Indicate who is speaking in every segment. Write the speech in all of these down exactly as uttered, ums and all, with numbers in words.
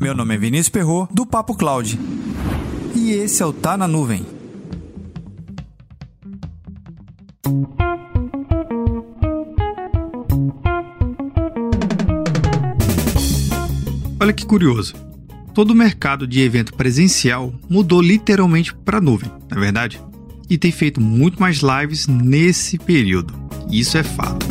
Speaker 1: Meu nome é Vinícius Perro, do Papo Cloud. E esse é o Tá na Nuvem.
Speaker 2: Olha que curioso. Todo o mercado de evento presencial mudou literalmente para a nuvem, não é verdade? E tem feito muito mais lives nesse período. Isso é fato.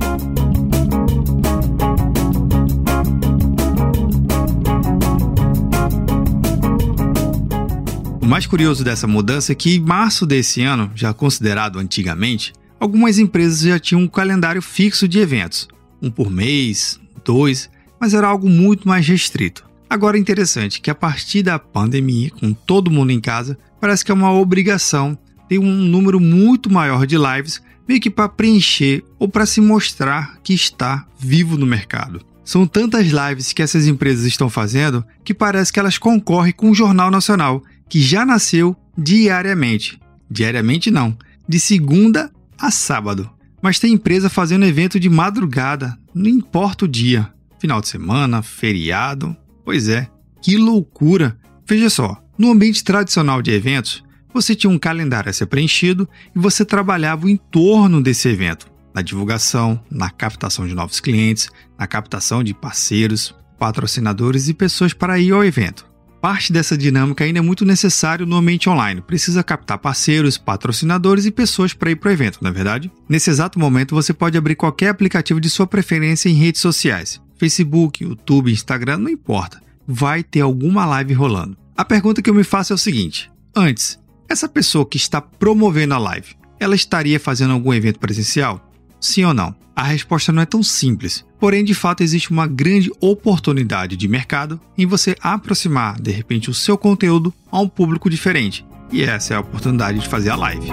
Speaker 2: O mais curioso dessa mudança é que em março desse ano, já considerado antigamente, algumas empresas já tinham um calendário fixo de eventos, um por mês, dois, mas era algo muito mais restrito. Agora é interessante que a partir da pandemia, com todo mundo em casa, parece que é uma obrigação ter um número muito maior de lives, meio que para preencher ou para se mostrar que está vivo no mercado. São tantas lives que essas empresas estão fazendo que parece que elas concorrem com o Jornal Nacional, que já nasceu diariamente. Diariamente não, de segunda a sábado. Mas tem empresa fazendo evento de madrugada, não importa o dia. Final de semana, feriado. Pois é, que loucura! Veja só, no ambiente tradicional de eventos, você tinha um calendário a ser preenchido e você trabalhava em torno desse evento. Na divulgação, na captação de novos clientes, na captação de parceiros, patrocinadores e pessoas para ir ao evento. Parte dessa dinâmica ainda é muito necessário no ambiente online. Precisa captar parceiros, patrocinadores e pessoas para ir para o evento, não é verdade? Nesse exato momento, você pode abrir qualquer aplicativo de sua preferência em redes sociais. Facebook, YouTube, Instagram, não importa. Vai ter alguma live rolando. A pergunta que eu me faço é o seguinte. Antes, essa pessoa que está promovendo a live, ela estaria fazendo algum evento presencial? Sim ou não? A resposta não é tão simples. Porém, de fato, existe uma grande oportunidade de mercado em você aproximar, de repente, o seu conteúdo a um público diferente. E essa é a oportunidade de fazer a live.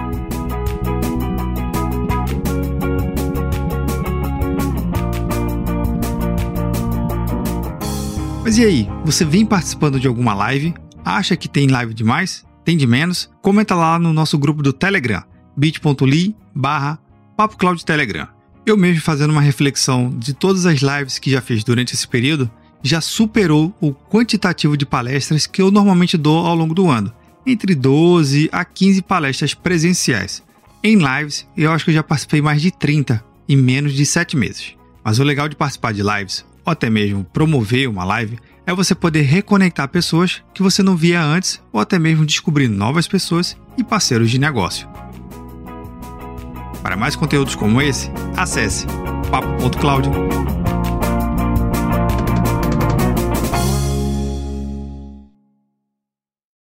Speaker 2: Mas e aí? Você vem participando de alguma live? Acha que tem live demais? Tem de menos? Comenta lá no nosso grupo do Telegram, bit.ly barra Papo Cloud Telegram. Eu mesmo, fazendo uma reflexão de todas as lives que já fiz durante esse período, já superou o quantitativo de palestras que eu normalmente dou ao longo do ano, entre doze a quinze palestras presenciais. Em lives, eu acho que eu já participei mais de trinta em menos de sete meses. Mas o legal de participar de lives, ou até mesmo promover uma live, é você poder reconectar pessoas que você não via antes, ou até mesmo descobrir novas pessoas e parceiros de negócio. Para mais conteúdos como esse, acesse papo ponto cloud.